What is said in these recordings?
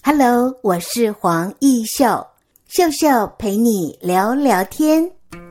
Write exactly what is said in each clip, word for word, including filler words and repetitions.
Hello， 我是黄奕秀，秀秀陪你聊聊天。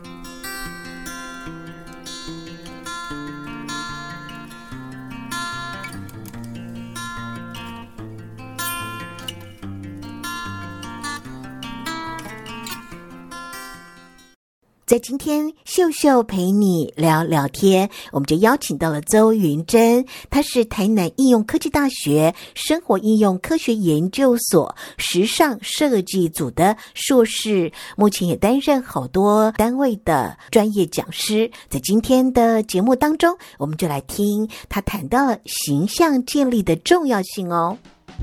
在今天秀秀陪你聊聊天，我们就邀请到了邹云珍，她是台南应用科技大学生活应用科学研究所时尚设计组的硕士，目前也担任好多单位的专业讲师。在今天的节目当中，我们就来听她谈到了形象建立的重要性哦。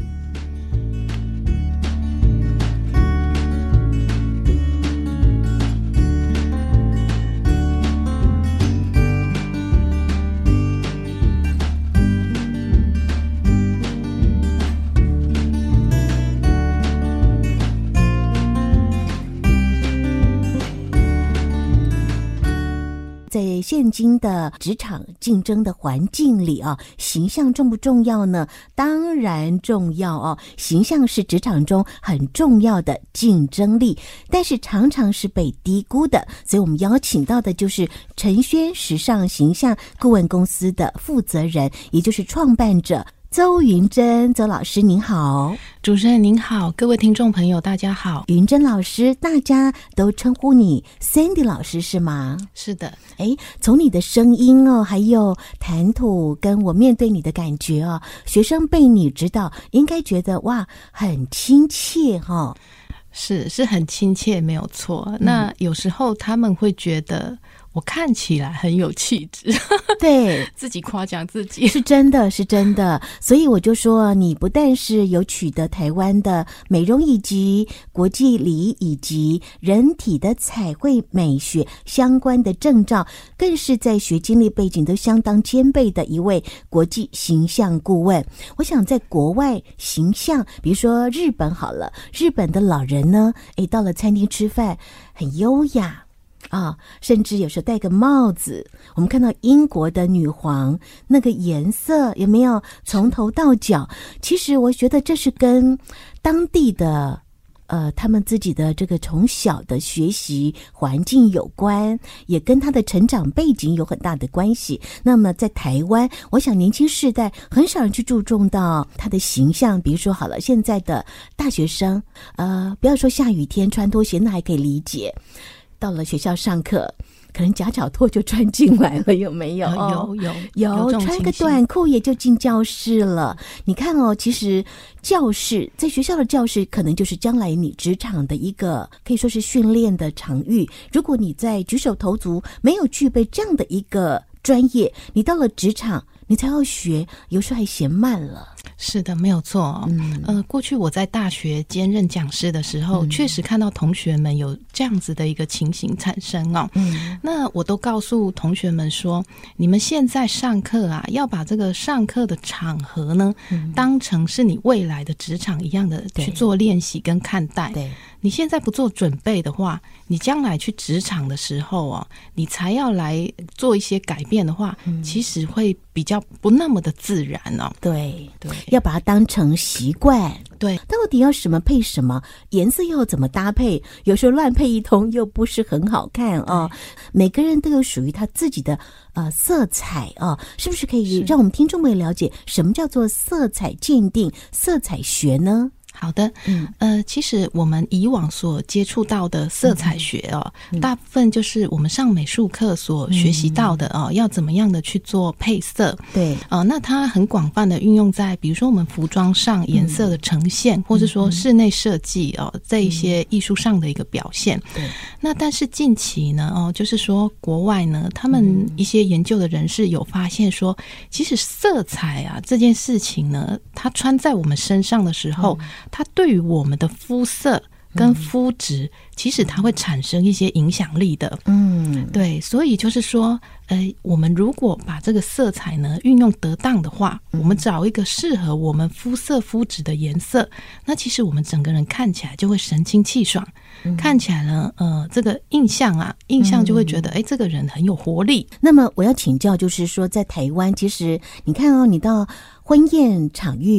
在现今的职场竞争的环境里啊，形象重不重要呢？当然重要哦。形象是职场中很重要的竞争力，但是常常是被低估的。所以我们邀请到的就是晨轩时尚形象顾问公司的负责人，也就是创办者邹云珍。邹老师您好。 主持人您好，各位听众朋友大家好。 云珍老师，大家都称呼你 Sandy 老师是吗？ 是的。 诶，从你的声音哦，还有谈吐跟我面对你的感觉哦，学生被你指导应该觉得哇很亲切哦。 是是很亲切没有错、嗯、那有时候他们会觉得我看起来很有气质， 对， 自己夸奖自己， 是真的是真的。所以我就说，你不但是有取得台湾的美容以及国际礼以及人体的彩绘美学相关的证照，更是在学经历背景都相当兼备的一位国际形象顾问。我想在国外形象，比如说日本好了，日本的老人呢，诶，到了餐厅吃饭很优雅啊，甚至有时候戴个帽子。我们看到英国的女皇那个颜色有没有从头到脚，其实我觉得这是跟当地的呃他们自己的这个从小的学习环境有关，也跟他的成长背景有很大的关系。那么在台湾，我想年轻世代很少人去注重到他的形象。比如说好了，现在的大学生呃不要说下雨天穿拖鞋那还可以理解，到了学校上课可能夹脚拖就穿进来了，有没有？ 有有有，穿个短裤也就进教室了。你看哦，其实教室在学校的教室可能就是将来你职场的一个可以说是训练的场域。如果你在举手投足没有具备这样的一个专业，你到了职场你才要学，有时候还嫌慢了。 是的，没有错、哦嗯、呃，过去我在大学兼任讲师的时候、嗯、确实看到同学们有这样子的一个情形产生哦。嗯，那我都告诉同学们说，你们现在上课啊，要把这个上课的场合呢、嗯、当成是你未来的职场一样的去做练习跟看待。对，你现在不做准备的话，你将来去职场的时候哦，你才要来做一些改变的话、嗯、其实会比较不那么的自然哦。 对对，要把它当成习惯。 对， 到底要什么配什么，颜色要怎么搭配，有时候乱配一通又不是很好看哦。每个人都有属于他自己的呃色彩啊、哦，是不是可以让我们听众们了解什么叫做色彩鉴定、色彩学呢？ 好的，嗯，呃，其实我们以往所接触到的色彩学哦、嗯，大部分就是我们上美术课所学习到的哦、嗯，要怎么样的去做配色，对，哦、呃，那它很广泛的运用在比如说我们服装上颜色的呈现，嗯、或是说室内设计哦这一些艺术上的一个表现。对、嗯，那但是近期呢，哦，就是说国外呢，他们一些研究的人士有发现说，其实色彩啊这件事情呢，它穿在我们身上的时候。嗯，它对于我们的肤色跟肤质、嗯、其实它会产生一些影响力的。嗯，对，所以就是说呃，我们如果把这个色彩呢运用得当的话、嗯、我们找一个适合我们肤色肤质的颜色，那其实我们整个人看起来就会神清气爽、嗯、看起来呢呃，这个印象啊印象就会觉得哎、嗯，这个人很有活力。 那么我要请教，就是说在台湾其实你看哦，你到婚宴场域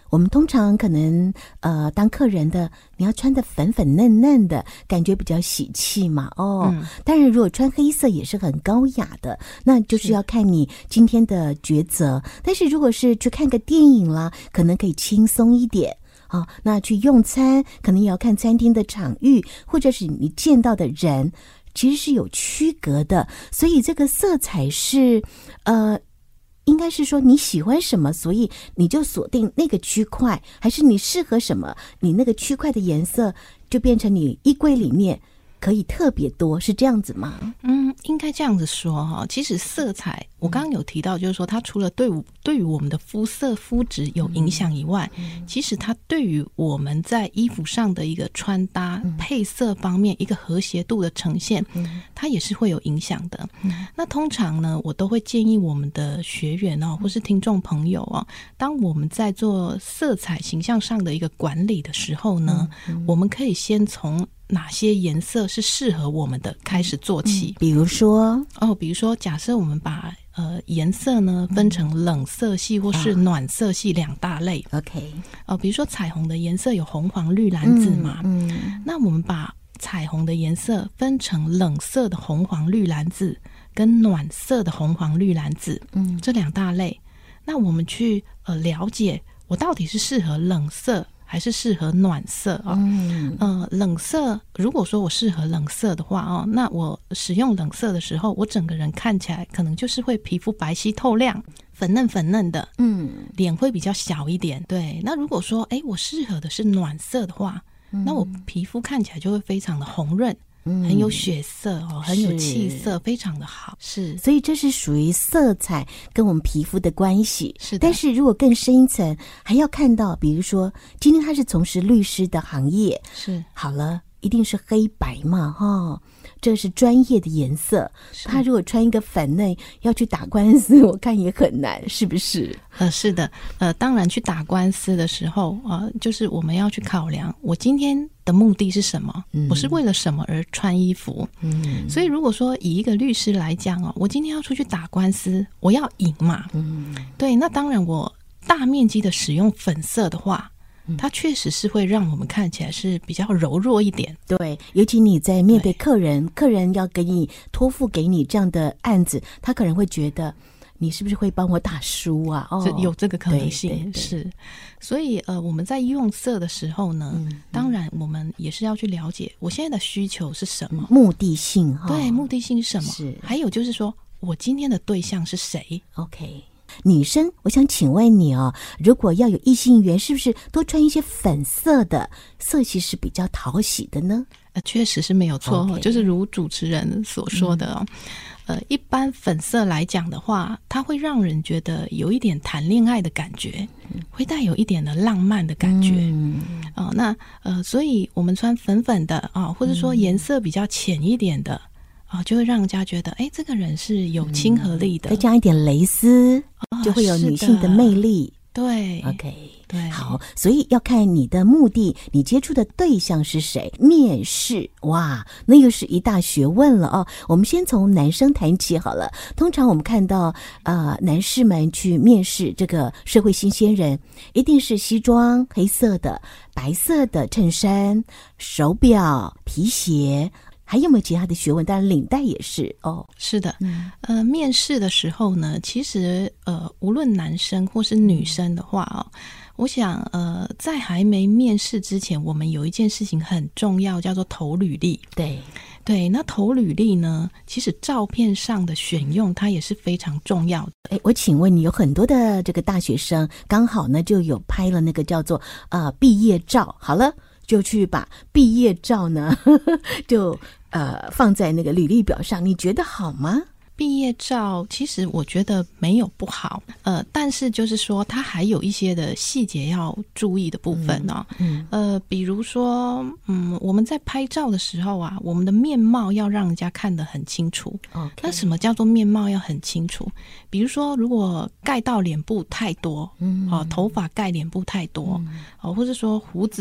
我们通常可能呃当客人的，你要穿的粉粉嫩嫩的，感觉比较喜气嘛。哦，嗯、当然如果穿黑色也是很高雅的，那就是要看你今天的抉择。但是如果是去看个电影啦，可能可以轻松一点。哦，那去用餐可能也要看餐厅的场域，或者是你见到的人其实是有区隔的，所以这个色彩是呃应该是说你喜欢什么，所以你就锁定那个区块，还是你适合什么，你那个区块的颜色就变成你衣柜里面可以特别多，是这样子吗？ 嗯，应该这样子说哈。其实色彩，我刚刚有提到，就是说它除了对于对于我们的肤色、肤质有影响以外，嗯、其实它对于我们在衣服上的一个穿搭、嗯、配色方面一个和谐度的呈现，嗯、它也是会有影响的。嗯、那通常呢，我都会建议我们的学员哦，或是听众朋友哦，当我们在做色彩形象上的一个管理的时候呢，嗯嗯、我们可以先从哪些颜色是适合我们的开始做起、 嗯、比如说哦，比如说假设我们把呃颜色呢分成冷色系或是暖色系两大类、 嗯、OK 哦，比如说彩虹的颜色有红黄绿蓝紫嘛，嗯嗯、那我们把彩虹的颜色分成冷色的红黄绿蓝紫跟暖色的红黄绿蓝紫，嗯，这两大类，那我们去呃了解我到底是适合冷色还是适合暖色啊、哦？嗯，呃，冷色如果说我适合冷色的话哦，那我使用冷色的时候，我整个人看起来可能就是会皮肤白皙透亮、粉嫩粉嫩的，嗯，脸会比较小一点。对，那如果说哎，我适合的是暖色的话，嗯、那我皮肤看起来就会非常的红润。很有血色哦，很有气色，非常的好。是， 所以这是属于色彩跟我们皮肤的关系。 是的， 但是如果更深一层，还要看到，比如说今天他是从事律师的行业， 是好了，一定是黑白嘛，哈、哦。这是专业的颜色，他如果穿一个粉嫩要去打官司，我看也很难，是不是？ 呃，是的，呃，当然去打官司的时候，呃，就是我们要去考量我今天的目的是什么，嗯、我是为了什么而穿衣服。嗯，所以如果说以一个律师来讲哦，我今天要出去打官司，我要赢嘛，嗯，对，那当然我大面积的使用粉色的话。它确实是会让我们看起来是比较柔弱一点。 对，尤其你在面对客人，客人要给你托付给你这样的案子，他可能会觉得你是不是会帮我打输啊？哦， 有这个可能性。对对对，是。所以呃，我们在用色的时候呢，嗯、当然我们也是要去了解我现在的需求是什么， 嗯、目的性哈、哦。 对，目的性是什么？ 是。 还有就是说我今天的对象是谁 ？OK。女生，我想请问你哦，如果要有异性缘，是不是多穿一些粉色的色系是比较讨喜的呢？ 呃，确实是没有错， okay. 就是如主持人所说的哦，嗯、呃，一般粉色来讲的话，它会让人觉得有一点谈恋爱的感觉，嗯、会带有一点的浪漫的感觉。嗯，哦，那呃，所以我们穿粉粉的啊、哦，或者说颜色比较浅一点的。哦，就会让人家觉得，哎，这个人是有亲和力的， 再加一点蕾丝，哦、就会有女性的魅力。 对 ，OK， 对， 好，所以要看你的目的，你接触的对象是谁。面试，哇，那又是一大学问了哦。我们先从男生谈起好了。通常我们看到，呃，男士们去面试这个社会新鲜人，一定是西装黑色的、白色的衬衫、手表、皮鞋。还有没有其他的学问？当然领带也是哦。 是的，嗯、呃，面试的时候呢，其实呃，无论男生或是女生的话哦，我想呃，在还没面试之前，我们有一件事情很重要，叫做投履历。 对对，那投履历呢，其实照片上的选用它也是非常重要的。 哎，我请问你，有很多的这个大学生刚好呢就有拍了那个叫做呃毕业照，好了。就去把毕业照呢呵呵就呃放在那个履历表上，你觉得好吗？ 毕业照其实我觉得没有不好，呃，但是就是说它还有一些的细节要注意的部分哦。嗯嗯、呃，比如说，嗯，我们在拍照的时候啊，我们的面貌要让人家看得很清楚。Okay. 那什么叫做面貌要很清楚？比如说，如果盖到脸部太多，嗯，哦，头发盖脸部太多，嗯、哦，或者说胡子。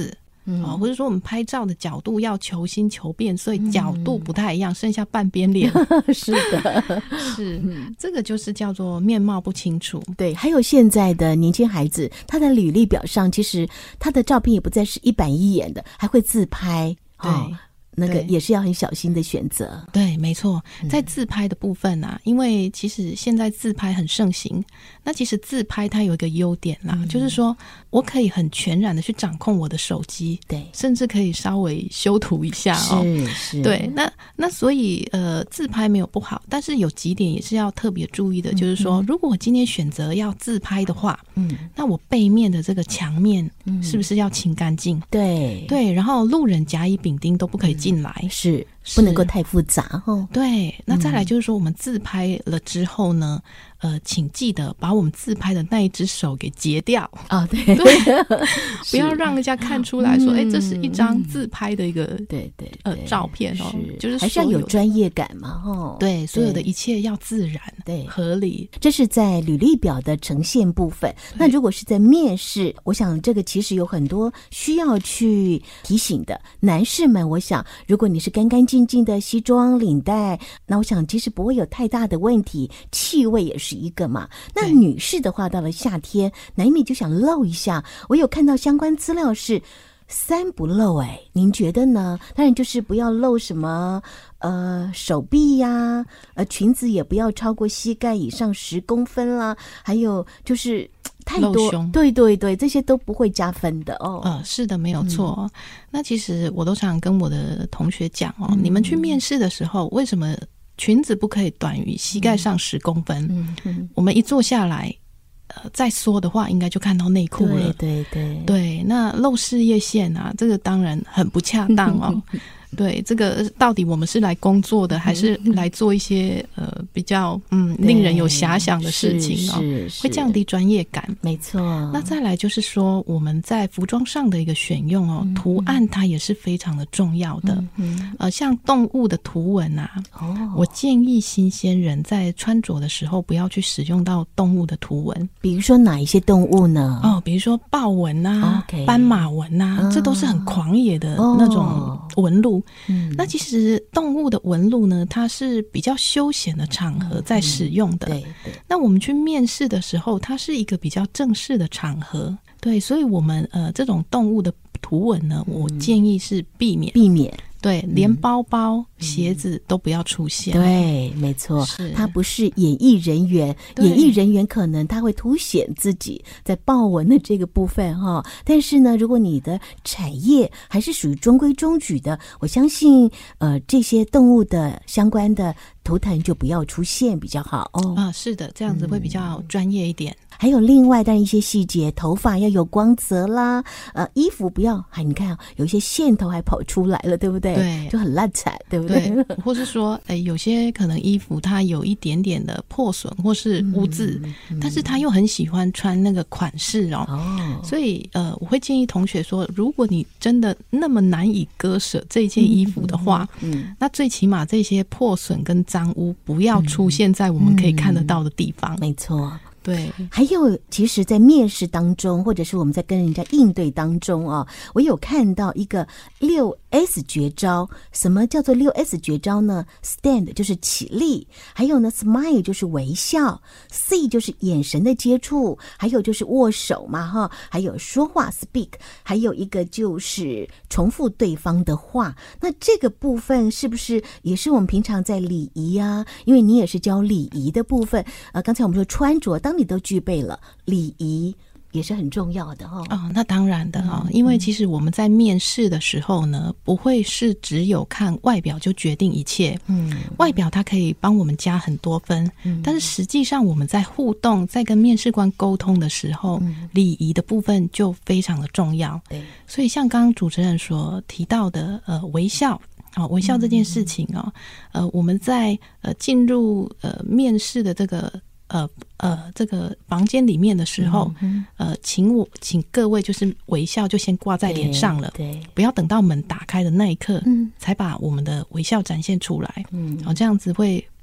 嗯哦、或者说我们拍照的角度要求新求变，所以角度不太一样，嗯、剩下半边脸。 是的， 是、嗯、这个就是叫做面貌不清楚。 对，还有现在的年轻孩子，他的履历表上其实他的照片也不再是一板一眼的，还会自拍。 对。哦那个也是要很小心的选择。 对，没错，在自拍的部分啊、嗯、因为其实现在自拍很盛行，那其实自拍它有一个优点啦、嗯、就是说我可以很全然的去掌控我的手机，对，甚至可以稍微修图一下哦。 是是。 对，那那所以呃自拍没有不好，但是有几点也是要特别注意的、嗯、就是说如果我今天选择要自拍的话，嗯，那我背面的这个墙面是不是要清干净、嗯、对对，然后路人甲乙丙丁都不可以进来、嗯、 是不能够太复杂哦。 对，那再来就是说我们自拍了之后呢、嗯、呃，请记得把我们自拍的那一只手给截掉啊、哦，对对，不要让人家看出来说，哎、嗯，这是一张自拍的一个对对呃照片哦，就是还是要有专业感嘛，哦， 对，所有的一切要自然，对，合理。 这是在履历表的呈现部分。那如果是在面试，我想这个其实有很多需要去提醒的。男士们，我想如果你是干干净净的西装领带，那我想其实不会有太大的问题，气味也是一个嘛。那女士的话，到了夏天难免就想露一下，我有看到相关资料是三不露，哎，您觉得呢？当然就是不要露什么呃手臂呀，呃裙子也不要超过膝盖以上十公分啦，还有就是太多，对对对，这些都不会加分的哦。 呃，是的，没有错、嗯。那其实我都常跟我的同学讲哦、嗯，你们去面试的时候，为什么裙子不可以短于膝盖上十公分？嗯嗯，我们一坐下来。呃，再缩的话，应该就看到内裤了。 对对对， 对，那露事业线啊，这个当然很不恰当哦。对，这个到底我们是来工作的，还是来做一些呃比较嗯令人有遐想的事情哦？是是会降低专业感。 没错。 那再来就是说，我们在服装上的一个选用哦，嗯、图案它也是非常的重要的。嗯、呃，像动物的图文啊，哦，我建议新鲜人在穿着的时候不要去使用到动物的图文。 比如说哪一些动物呢？ 哦，比如说豹纹啊、okay、斑马纹啊、哦，这都是很狂野的那种纹路。嗯，那其实动物的纹路呢，它是比较休闲的场合在使用的。嗯、对对。那我们去面试的时候，它是一个比较正式的场合，对，所以我们呃这种动物的图文呢，我建议是避免避免。 对，连包包、嗯、鞋子都不要出现。 对，没错，他不是演艺人员，演艺人员可能他会凸显自己在豹纹的这个部分哈。但是呢，如果你的产业还是属于中规中矩的，我相信呃这些动物的相关的图腾就不要出现比较好哦。 啊，是的，这样子会比较专业一点。嗯， 还有另外但一些细节，头发要有光泽啦，呃，衣服不要，还你看啊，有一些线头还跑出来了，对不对？对，就很烂惨，对不对？ 对，或是说，哎，有些可能衣服它有一点点的破损或是污渍，嗯嗯，但是他又很喜欢穿那个款式哦，哦所以呃，我会建议同学说，如果你真的那么难以割舍这件衣服的话，嗯嗯嗯，那最起码这些破损跟脏污不要出现在我们可以看得到的地方。 嗯嗯，没错。 对， 还有其实在面试当中，或者是我们在跟人家应对当中啊，我有看到一个六 S 绝招。什么叫做六 S 绝招呢？ Stand 就是起立，还有呢 Smile 就是微笑， See 就是眼神的接触，还有就是握手嘛哈，还有说话 Speak， 还有一个就是重复对方的话。那这个部分是不是也是我们平常在礼仪啊？因为你也是教礼仪的部分，呃，刚才我们说穿着，当你都具备了，礼仪也是很重要的哈、哦。 哦，那当然的哈、哦嗯，因为其实我们在面试的时候呢，不会是只有看外表就决定一切。嗯，外表它可以帮我们加很多分，嗯、但是实际上我们在互动、在跟面试官沟通的时候，嗯、礼仪的部分就非常的重要。对，所以像刚刚主持人所提到的，呃，微笑。哦，微笑这件事情哦，呃，我们在呃进入呃面试的这个。呃呃，这个房间里面的时候，嗯、呃，请我请各位就是微笑就先挂在脸上了，对，对不要等到门打开的那一刻，嗯，才把我们的微笑展现出来，嗯，哦，这样子会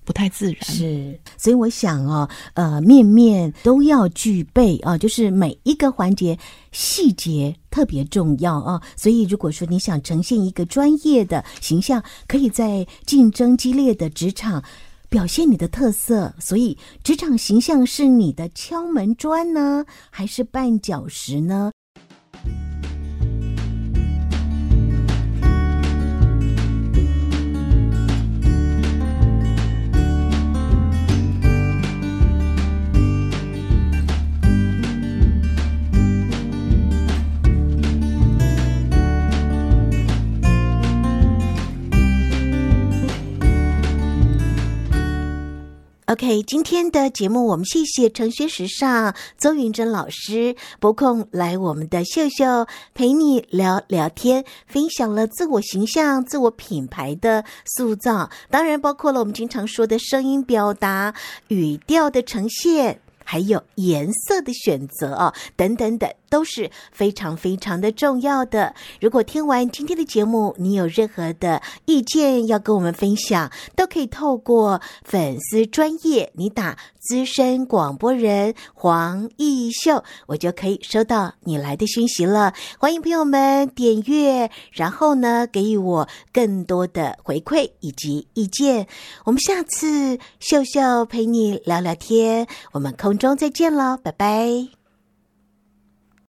不太自然。 是，所以我想哦，呃，面面都要具备啊，就是每一个环节细节特别重要啊。所以如果说你想呈现一个专业的形象，可以在竞争激烈的职场表现你的特色。所以职场形象是你的敲门砖呢，还是绊脚石呢？OK， 今天的节目我们谢谢成学时尚邹云珍老师拨空来我们的秀秀陪你聊聊天，分享了自我形象、自我品牌的塑造，当然包括了我们经常说的声音表达、语调的呈现，还有颜色的选择哦，等等等，都是非常非常的重要的。如果听完今天的节目，你有任何的意见要跟我们分享，都可以透过粉丝专页，你打资深广播人黄奕秀，我就可以收到你来的讯息了。欢迎朋友们点阅，然后呢，给予我更多的回馈以及意见。我们下次秀秀陪你聊聊天，我们空中再见了，拜拜。